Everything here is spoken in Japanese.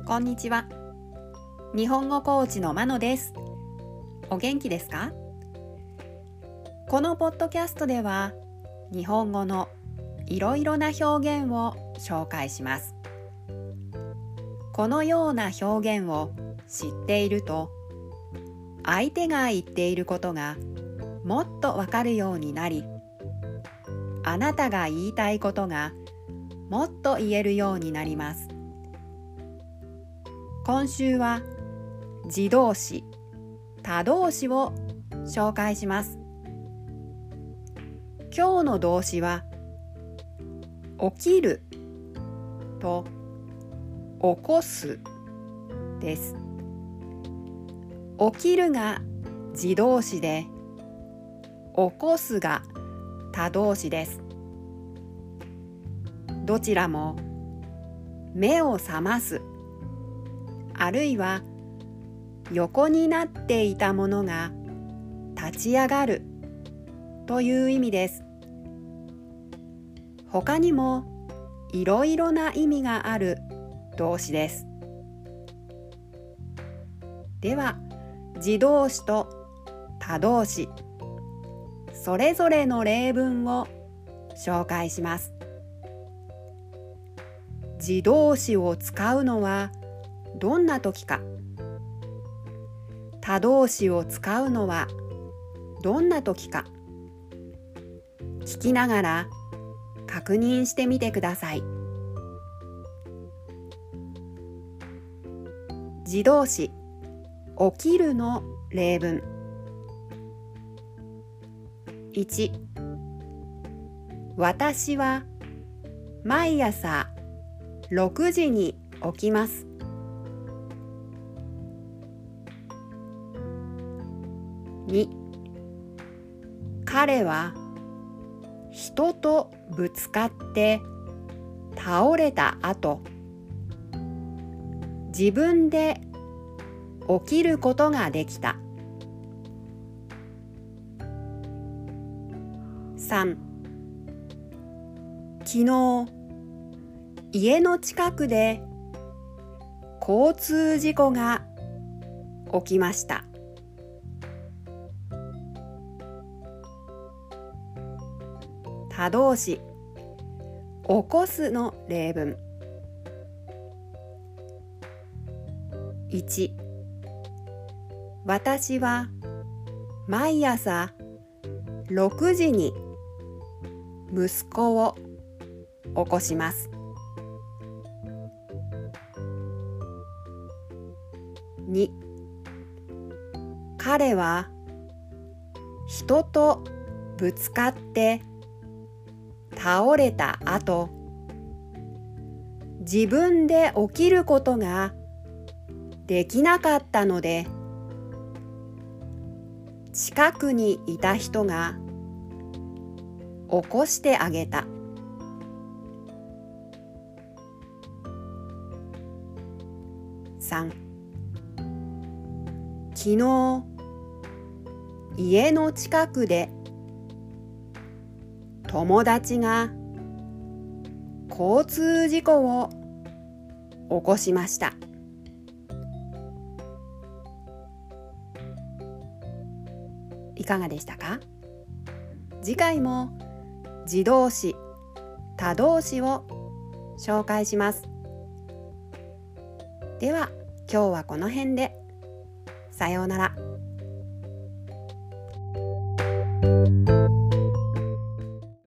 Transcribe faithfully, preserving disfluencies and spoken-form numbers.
こんにちは。日本語コーチのまのです。お元気ですか？このポッドキャストでは日本語のいろいろな表現を紹介します。このような表現を知っていると、相手が言っていることがもっとわかるようになり、あなたが言いたいことがもっと言えるようになります。今週は自動詞、他動詞を紹介します。今日の動詞は起きると起こすです。起きるが自動詞で、起こすが他動詞です。どちらも目を覚ます、あるいは横になっていたものが立ち上がるという意味です。他にもいろいろな意味がある動詞です。では、自動詞と他動詞、それぞれの例文を紹介します。自動詞を使うのはどんな時か、他動詞を使うのはどんな時か、聞きながら確認してみてください。自動詞起きるの例文。いち、私は毎朝ろくじに起きます。に、彼は人とぶつかって倒れた後、自分で起きることができた。さん、昨日家の近くで交通事故が起きました。他動詞起こすの例文。いち、私は毎朝ろくじに息子を起こします。に、彼は人とぶつかって倒れた後、自分で起きることができなかったので、近くにいた人が起こしてあげた。さん、昨日家の近くで友達が交通事故を起こしました。いかがでしたか？次回も自動詞、他動詞を紹介します。では、今日はこの辺で。さようなら。